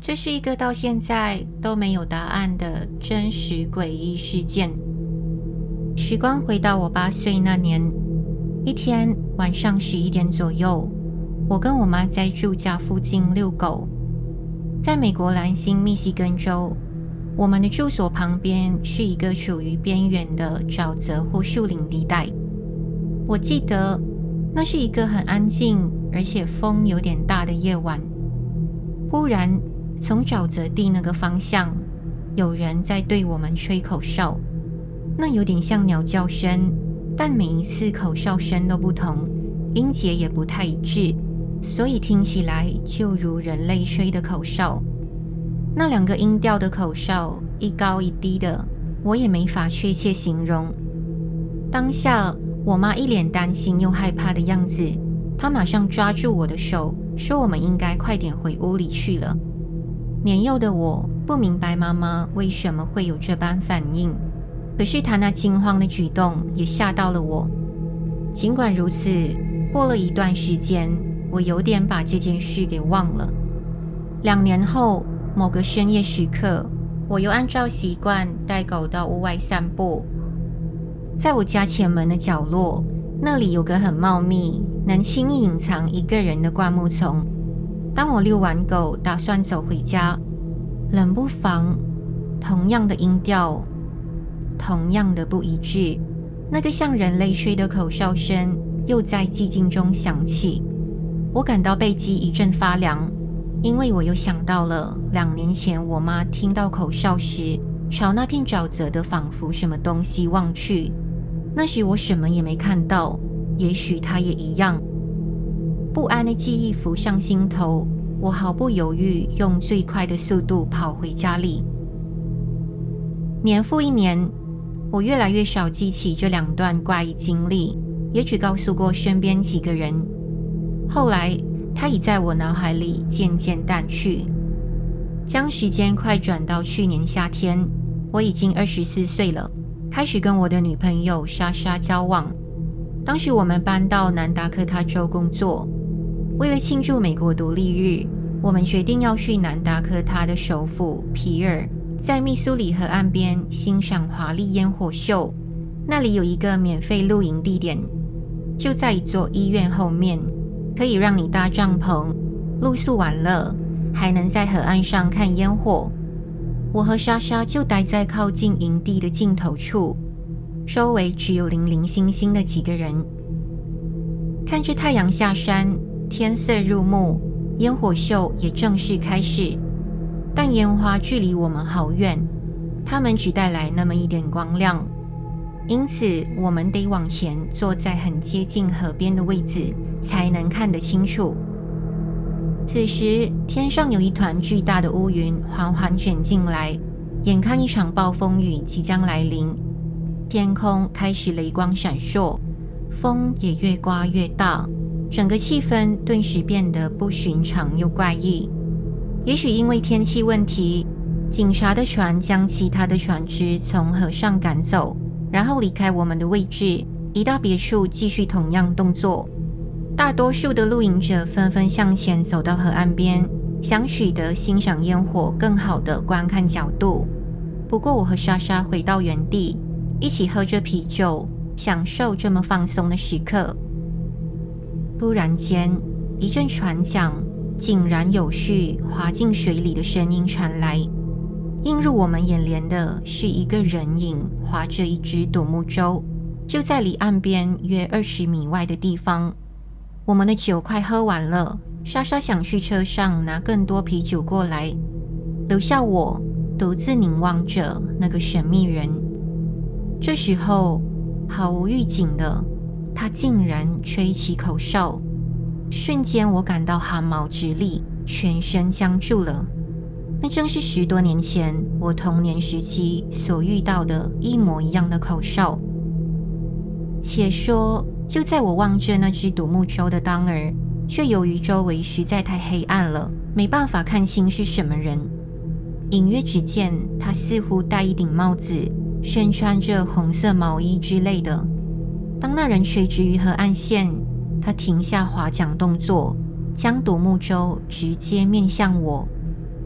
这是一个到现在都没有答案的真实诡异事件。时光回到我8岁那年，一天晚上11点左右，我跟我妈在住家附近遛狗。在美国兰辛密西根州，我们的住所旁边是一个处于边缘的沼泽或树林地带。我记得那是一个很安静而且风有点大的夜晚，忽然从沼泽地那个方向，有人在对我们吹口哨，那有点像鸟叫声，但每一次口哨声都不同，音节也不太一致，所以听起来就如人类吹的口哨。那2个音调的口哨，一高一低的，我也没法确切形容。当下我妈一脸担心又害怕的样子，她马上抓住我的手，说我们应该快点回屋里去了。年幼的我不明白妈妈为什么会有这般反应，可是她那惊慌的举动也吓到了我。尽管如此，过了一段时间，我有点把这件事给忘了。2年后，某个深夜时刻，我又按照习惯带狗到屋外散步。在我家前门的角落，那里有个很茂密，能轻易隐藏一个人的灌木丛。当我遛完狗，打算走回家，冷不防，同样的音调，同样的不一致，那个像人类吹的口哨声又在寂静中响起。我感到背脊一阵发凉，因为我又想到了2年前我妈听到口哨时，朝那片沼泽的仿佛什么东西望去。那时我什么也没看到，也许她也一样。不安的记忆浮上心头，我毫不犹豫用最快的速度跑回家里。年复一年，我越来越少记起这2段怪异经历，也只告诉过身边几个人。后来它已在我脑海里渐渐淡去。将时间快转到去年夏天，我已经24岁了，开始跟我的女朋友莎莎交往。当时我们搬到南达科他州工作，为了庆祝美国独立日，我们决定要去南达科他的首府皮尔，在密苏里河岸边欣赏华丽烟火秀。那里有一个免费露营地点，就在一座医院后面，可以让你搭帐篷，露宿玩乐，还能在河岸上看烟火。我和莎莎就待在靠近营地的尽头处，周围只有零零星星的几个人。看着太阳下山，天色入暮，烟火秀也正式开始。但烟花距离我们好远，它们只带来那么一点光亮，因此我们得往前坐在很接近河边的位置，才能看得清楚。此时天上有一团巨大的乌云缓缓卷进来，眼看一场暴风雨即将来临。天空开始雷光闪烁，风也越刮越大，整个气氛顿时变得不寻常又怪异。也许因为天气问题，警察的船将其他的船只从河上赶走，然后离开我们的位置，移到别处继续同样动作。大多数的露营者纷纷向前走到河岸边，想取得欣赏烟火更好的观看角度。不过我和莎莎回到原地，一起喝着啤酒，享受这么放松的时刻。突然间，一阵船桨井然有序滑进水里的声音传来，映入我们眼帘的是一个人影划着一只独木舟，就在离岸边约20米外的地方。我们的酒快喝完了，莎莎想去车上拿更多啤酒过来，留下我独自凝望着那个神秘人。这时候毫无预警的，他竟然吹起口哨，瞬间我感到汗毛直立，全身僵住了。那正是10多年前我童年时期所遇到的一模一样的口哨。且说就在我望着那只独木舟的当儿，却由于周围实在太黑暗了，没办法看清是什么人。隐约只见他似乎戴一顶帽子，身穿着红色毛衣之类的。当那人垂直于河岸线，他停下划桨动作，将独木舟直接面向我。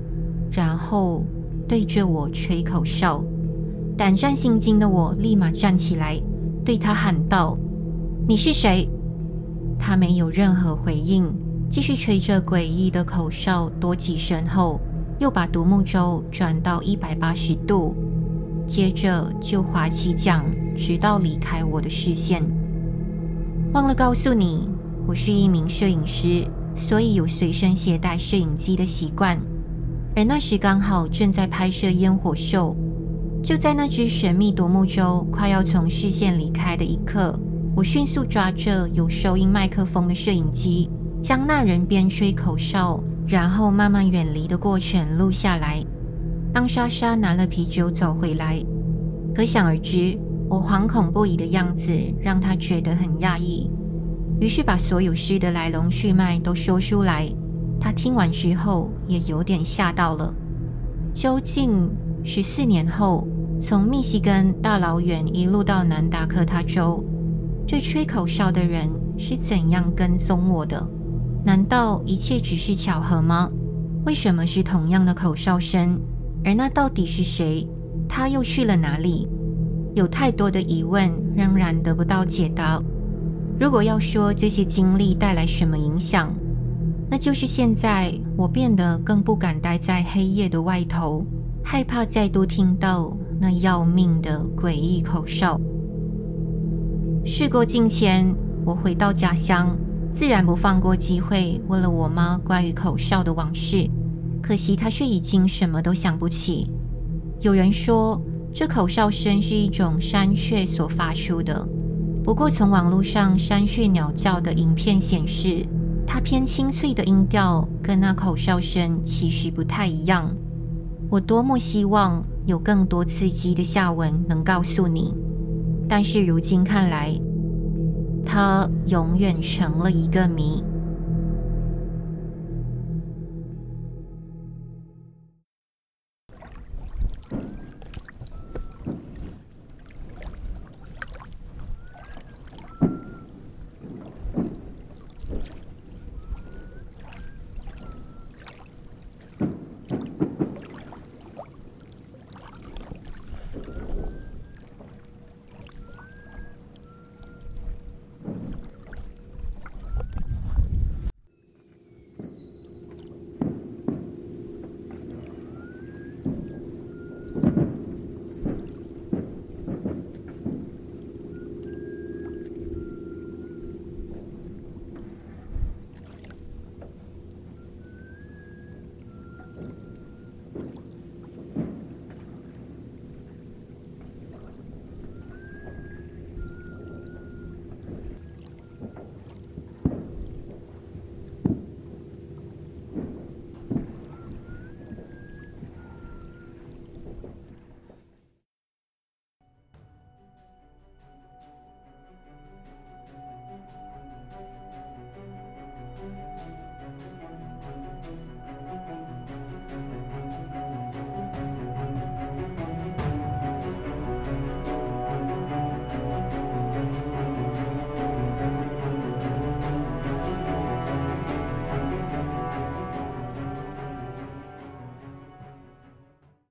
然后对着我吹口哨。胆战心惊的我立马站起来，对他喊道：“你是谁？”他没有任何回应，继续吹着诡异的口哨，多几声后，又把独木舟转到180度，接着就划起桨，直到离开我的视线。忘了告诉你，我是一名摄影师，所以有随身携带摄影机的习惯。而那时刚好正在拍摄烟火秀，就在那只神秘独木舟快要从视线离开的一刻，我迅速抓着有收音麦克风的摄影机，将那人边吹口哨然后慢慢远离的过程录下来。当莎莎拿了啤酒走回来，可想而知，我惶恐不已的样子让她觉得很讶异，于是把所有事的来龙去脉都说出来。她听完之后也有点吓到了。究竟14年后，从密西根大老远一路到南达科他州，这吹口哨的人是怎样跟踪我的？难道一切只是巧合吗？为什么是同样的口哨声？而那到底是谁？他又去了哪里？有太多的疑问仍然得不到解答。如果要说这些经历带来什么影响，那就是现在我变得更不敢待在黑夜的外头，害怕再度听到那要命的诡异口哨。事过境迁，我回到家乡，自然不放过机会问了我妈关于口哨的往事，可惜她却已经什么都想不起。有人说这口哨声是一种山雀所发出的，不过从网络上山雀鸟叫的影片显示，它偏清脆的音调跟那口哨声其实不太一样。我多么希望有更多刺激的下文能告诉你，但是如今看来，它永远成了一个谜。